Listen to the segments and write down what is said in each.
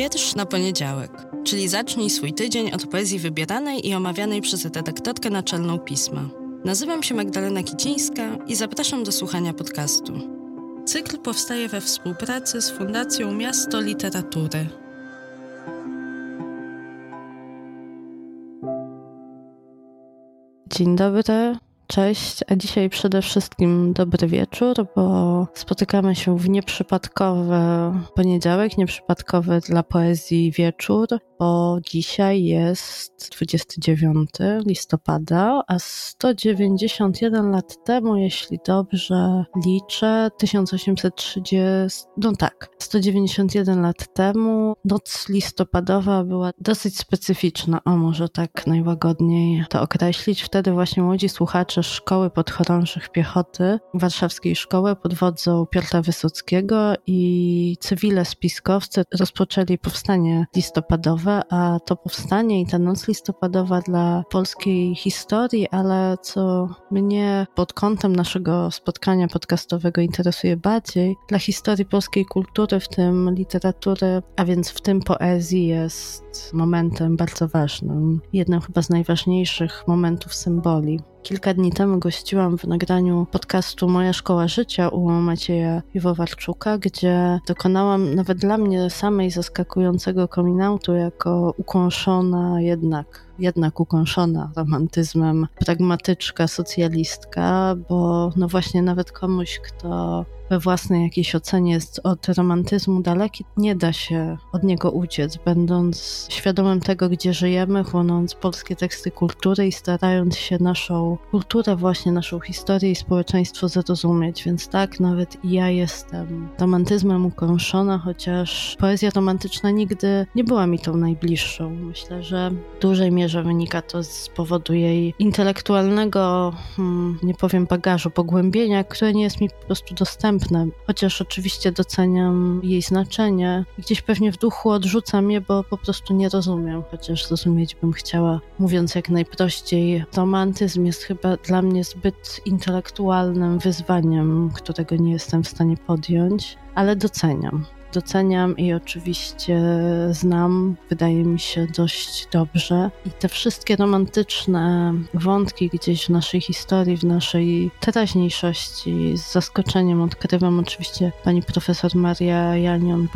Wiersz na poniedziałek, czyli zacznij swój tydzień od poezji wybieranej i omawianej przez redaktorkę naczelną pisma. Nazywam się Magdalena Kicińska i zapraszam do słuchania podcastu. Cykl powstaje we współpracy z Fundacją Miasto Literatury. Dzień dobry. Cześć, a dzisiaj przede wszystkim dobry wieczór, bo spotykamy się w nieprzypadkowy poniedziałek, nieprzypadkowy dla poezji wieczór, bo dzisiaj jest 29 listopada, a 191 lat temu, jeśli dobrze liczę, 191 lat temu noc listopadowa była dosyć specyficzna, może tak najłagodniej to określić. Wtedy właśnie młodzi słuchacze Szkoły Podchorążych Piechoty, warszawskiej szkoły pod wodzą Piotra Wysockiego i cywile spiskowcy rozpoczęli powstanie listopadowe, a to powstanie i ta noc listopadowa dla polskiej historii, ale co mnie pod kątem naszego spotkania podcastowego interesuje bardziej, dla historii polskiej kultury, w tym literatury, a więc w tym poezji, jest momentem bardzo ważnym. Jednym chyba z najważniejszych momentów symboli. Kilka dni temu gościłam w nagraniu podcastu Moja Szkoła Życia u Macieja Piwowarczuka, gdzie dokonałam nawet dla mnie samej zaskakującego coming outu jako ukąszona jednak ukąszona romantyzmem pragmatyczka, socjalistka, bo no właśnie nawet komuś, kto we własnej jakiejś ocenie jest od romantyzmu daleki, nie da się od niego uciec, będąc świadomym tego, gdzie żyjemy, chłonąc polskie teksty kultury i starając się naszą kulturę, właśnie naszą historię i społeczeństwo zrozumieć. Więc tak, nawet i ja jestem romantyzmem ukąszona, chociaż poezja romantyczna nigdy nie była mi tą najbliższą. Myślę, że w dużej mierze wynika to z powodu jej intelektualnego, nie powiem bagażu, pogłębienia, które nie jest mi po prostu dostępne. Chociaż oczywiście doceniam jej znaczenie i gdzieś pewnie w duchu odrzucam je, bo po prostu nie rozumiem, chociaż zrozumieć bym chciała. Mówiąc jak najprościej, romantyzm jest chyba dla mnie zbyt intelektualnym wyzwaniem, którego nie jestem w stanie podjąć, ale doceniam i oczywiście znam, wydaje mi się, dość dobrze. I te wszystkie romantyczne wątki gdzieś w naszej historii, w naszej teraźniejszości, z zaskoczeniem odkrywam. Oczywiście pani profesor Maria Janion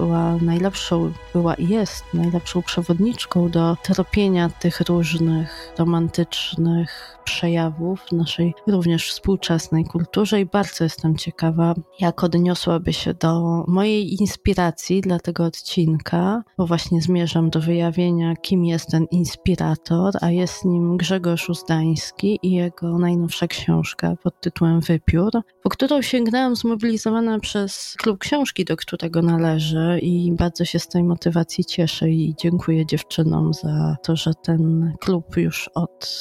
była i jest najlepszą przewodniczką do tropienia tych różnych romantycznych przejawów w naszej również współczesnej kulturze i bardzo jestem ciekawa, jak odniosłaby się do mojej inspiracji dla tego odcinka, bo właśnie zmierzam do wyjawienia, kim jest ten inspirator, a jest nim Grzegorz Uzdański i jego najnowsza książka pod tytułem Wypiór, po którą sięgnęłam zmobilizowana przez klub książki, do którego należy, i bardzo się z tej motywacji cieszę i dziękuję dziewczynom za to, że ten klub już od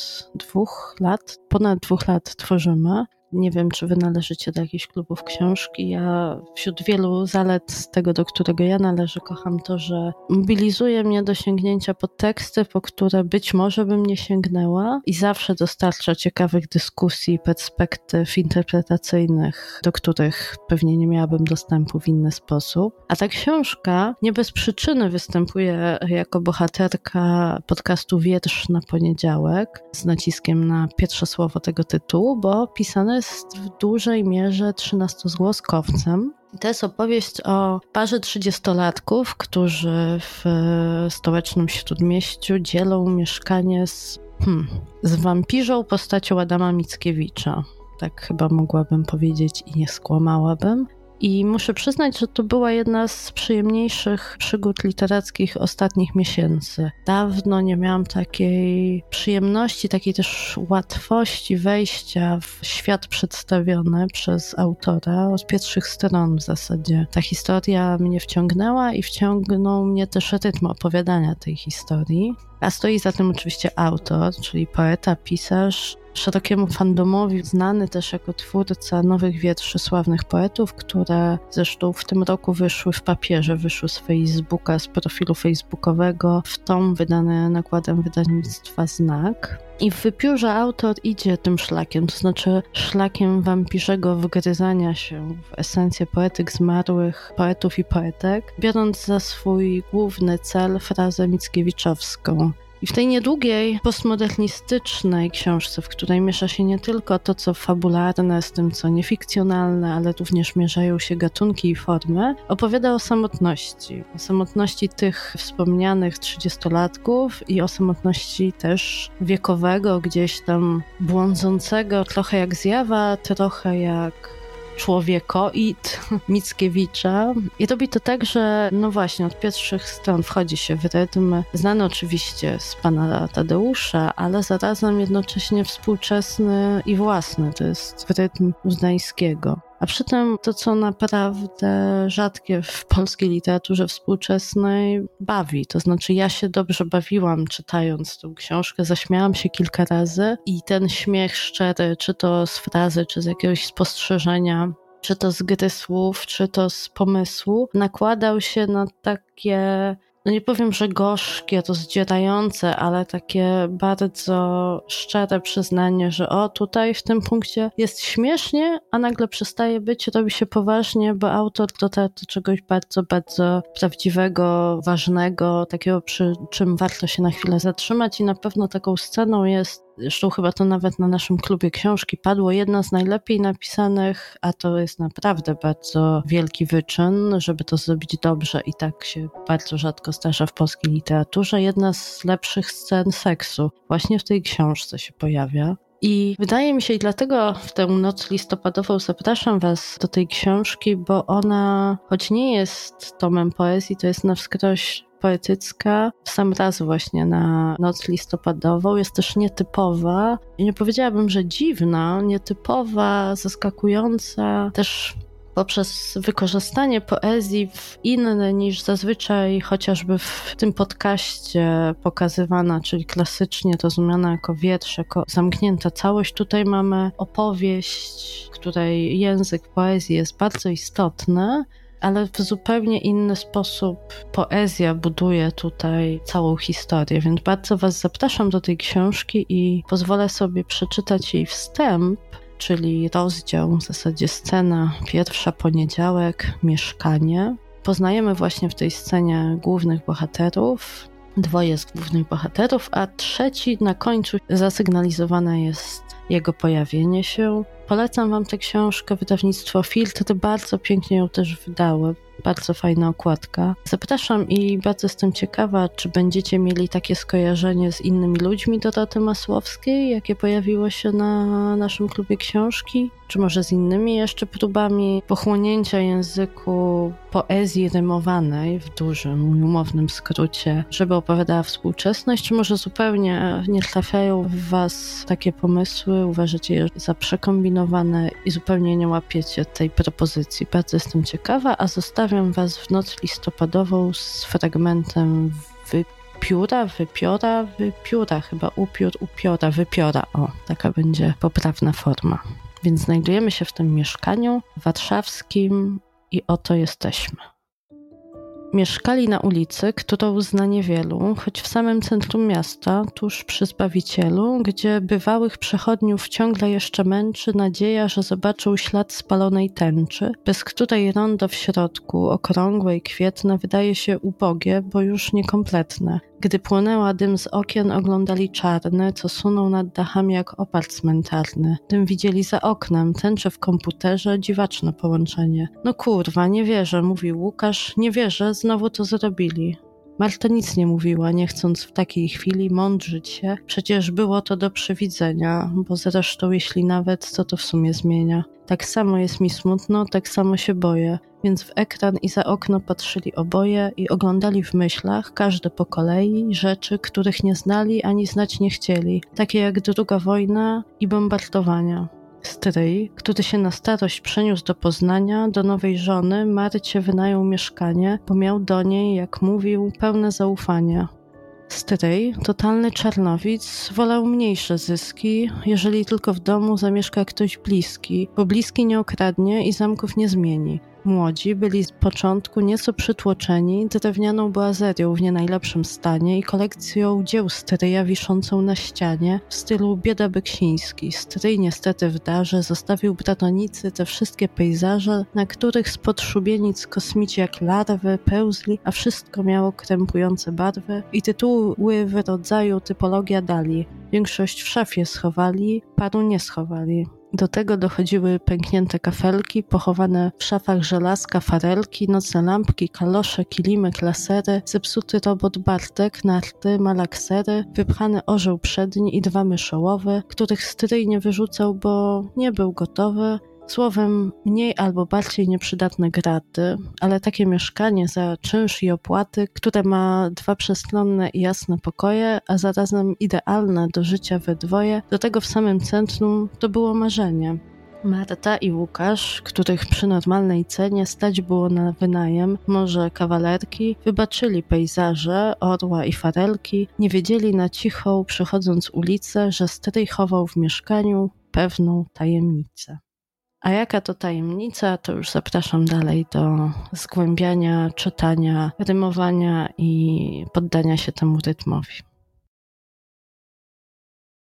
ponad 2 lat tworzymy. Nie wiem, czy wy należycie do jakichś klubów książki. Ja wśród wielu zalet tego, do którego ja należę, kocham to, że mobilizuje mnie do sięgnięcia po teksty, po które być może bym nie sięgnęła i zawsze dostarcza ciekawych dyskusji, perspektyw interpretacyjnych, do których pewnie nie miałabym dostępu w inny sposób. A ta książka nie bez przyczyny występuje jako bohaterka podcastu Wiersz na poniedziałek, z naciskiem na pierwsze słowo tego tytułu, bo pisane jest w dużej mierze 13-zgłoskowcem. To jest opowieść o parze 30-latków, którzy w stołecznym Śródmieściu dzielą mieszkanie z wampirzą postacią Adama Mickiewicza. Tak chyba mogłabym powiedzieć i nie skłamałabym. I muszę przyznać, że to była jedna z przyjemniejszych przygód literackich ostatnich miesięcy. Dawno nie miałam takiej przyjemności, takiej też łatwości wejścia w świat przedstawiony przez autora od pierwszych stron w zasadzie. Ta historia mnie wciągnęła i wciągnął mnie też rytm opowiadania tej historii. A stoi za tym oczywiście autor, czyli poeta, pisarz szerokiemu fandomowi znany też jako twórca nowych wierszy sławnych poetów, które zresztą w tym roku wyszły w papierze, wyszły z Facebooka, z profilu facebookowego, w tom wydany nakładem wydawnictwa Znak. I w Wypiórze autor idzie tym szlakiem, to znaczy szlakiem wampirzego wgryzania się w esencję poetyk zmarłych, poetów i poetek, biorąc za swój główny cel frazę mickiewiczowską. I w tej niedługiej, postmodernistycznej książce, w której miesza się nie tylko to, co fabularne z tym, co niefikcjonalne, ale również mierzają się gatunki i formy, opowiada o samotności tych wspomnianych 30-latków i o samotności też wiekowego, gdzieś tam błądzącego, trochę jak zjawa, trochę jak człowiekoid Mickiewicza. I robi to tak, że no właśnie od pierwszych stron wchodzi się w rytm znany oczywiście z pana Tadeusza, ale zarazem jednocześnie współczesny i własny. To jest rytm Uznańskiego. A przy tym to, co naprawdę rzadkie w polskiej literaturze współczesnej, bawi. To znaczy ja się dobrze bawiłam czytając tę książkę, zaśmiałam się kilka razy i ten śmiech szczery, czy to z frazy, czy z jakiegoś spostrzeżenia, czy to z gry słów, czy to z pomysłu, nakładał się na takie, no nie powiem, że gorzkie, rozdzierające, ale takie bardzo szczere przyznanie, że o, tutaj w tym punkcie jest śmiesznie, a nagle przestaje być, robi się poważnie, bo autor dotarł do czegoś bardzo, bardzo prawdziwego, ważnego, takiego, przy czym warto się na chwilę zatrzymać i na pewno taką sceną jest, zresztą chyba to nawet na naszym klubie książki padło, jedna z najlepiej napisanych, a to jest naprawdę bardzo wielki wyczyn, żeby to zrobić dobrze i tak się bardzo rzadko zdarza w polskiej literaturze. Jedna z lepszych scen seksu właśnie w tej książce się pojawia. I wydaje mi się, i dlatego w tę noc listopadową zapraszam was do tej książki, bo ona, choć nie jest tomem poezji, to jest na wskroś poetycka, w sam raz właśnie na noc listopadową, jest też nietypowa. I nie powiedziałabym, że dziwna, nietypowa, zaskakująca, też poprzez wykorzystanie poezji w inny niż zazwyczaj chociażby w tym podcaście pokazywana, czyli klasycznie rozumiana jako wiersz, jako zamknięta całość. Tutaj mamy opowieść, której język poezji jest bardzo istotny, ale w zupełnie inny sposób poezja buduje tutaj całą historię, więc bardzo was zapraszam do tej książki i pozwolę sobie przeczytać jej wstęp, czyli rozdział, w zasadzie scena pierwsza, poniedziałek, mieszkanie. Poznajemy właśnie w tej scenie głównych bohaterów, dwoje z głównych bohaterów, a trzeci na końcu zasygnalizowane jest jego pojawienie się. Polecam wam tę książkę, wydawnictwo Filtr, bardzo pięknie ją też wydały, bardzo fajna okładka. Zapraszam i bardzo jestem ciekawa, czy będziecie mieli takie skojarzenie z innymi ludźmi Doroty Masłowskiej, jakie pojawiło się na naszym klubie książki, czy może z innymi jeszcze próbami pochłonięcia języku poezji rymowanej w dużym, umownym skrócie, żeby opowiadała współczesność, czy może zupełnie nie trafiają w was takie pomysły, uważacie je za przekombinowane i zupełnie nie łapiecie tej propozycji. Bardzo jestem ciekawa, a zostawiam was w noc listopadową z fragmentem wypiora. O, taka będzie poprawna forma. Więc znajdujemy się w tym mieszkaniu warszawskim i oto jesteśmy. Mieszkali na ulicy, którą zna niewielu, choć w samym centrum miasta, tuż przy Zbawicielu, gdzie bywałych przechodniów ciągle jeszcze męczy nadzieja, że zobaczą ślad spalonej tęczy, bez której rondo w środku, okrągłe i kwietne, wydaje się ubogie, bo już niekompletne. Gdy płonęła dym z okien, oglądali czarny, co sunął nad dachami jak opar cmentarny. Dym widzieli za oknem, tęcze w komputerze, dziwaczne połączenie. No kurwa, nie wierzę, mówił Łukasz, nie wierzę, znowu to zrobili. Marta nic nie mówiła, nie chcąc w takiej chwili mądrzyć się. Przecież było to do przewidzenia, bo zresztą jeśli nawet, co to w sumie zmienia. Tak samo jest mi smutno, tak samo się boję. Więc w ekran i za okno patrzyli oboje i oglądali w myślach, każdy po kolei, rzeczy, których nie znali ani znać nie chcieli. Takie jak II wojna i bombardowania. Stryj, który się na starość przeniósł do Poznania, do nowej żony, Marcie wynajął mieszkanie, bo miał do niej, jak mówił, pełne zaufania. Stryj, totalny czarnowic, wolał mniejsze zyski, jeżeli tylko w domu zamieszka ktoś bliski, bo bliski nie okradnie i zamków nie zmieni. Młodzi byli z początku nieco przytłoczeni drewnianą boazerią w nie najlepszym stanie i kolekcją dzieł stryja wiszącą na ścianie w stylu bieda beksiński. Stryj niestety w darze zostawił bratonicy te wszystkie pejzaże, na których spod szubienic kosmici jak larwy pełzli, a wszystko miało krępujące barwy i tytuły w rodzaju typologia dali. Większość w szafie schowali, paru nie schowali. Do tego dochodziły pęknięte kafelki, pochowane w szafach żelazka, farelki, nocne lampki, kalosze, kilimek, lasery, zepsuty robot Bartek, narty, malaksery, wypchany orzeł przedni i 2 myszołowe, których stryj nie wyrzucał, bo nie był gotowy. Słowem, mniej albo bardziej nieprzydatne graty, ale takie mieszkanie za czynsz i opłaty, które ma 2 przestronne i jasne pokoje, a zarazem idealne do życia we dwoje, do tego w samym centrum, to było marzenie. Marta i Łukasz, których przy normalnej cenie stać było na wynajem, może kawalerki, wybaczyli pejzaże, orła i farelki, nie wiedzieli na cicho, przechodząc ulicę, że stryj chował w mieszkaniu pewną tajemnicę. A jaka to tajemnica, to już zapraszam dalej do zgłębiania, czytania, rymowania i poddania się temu rytmowi.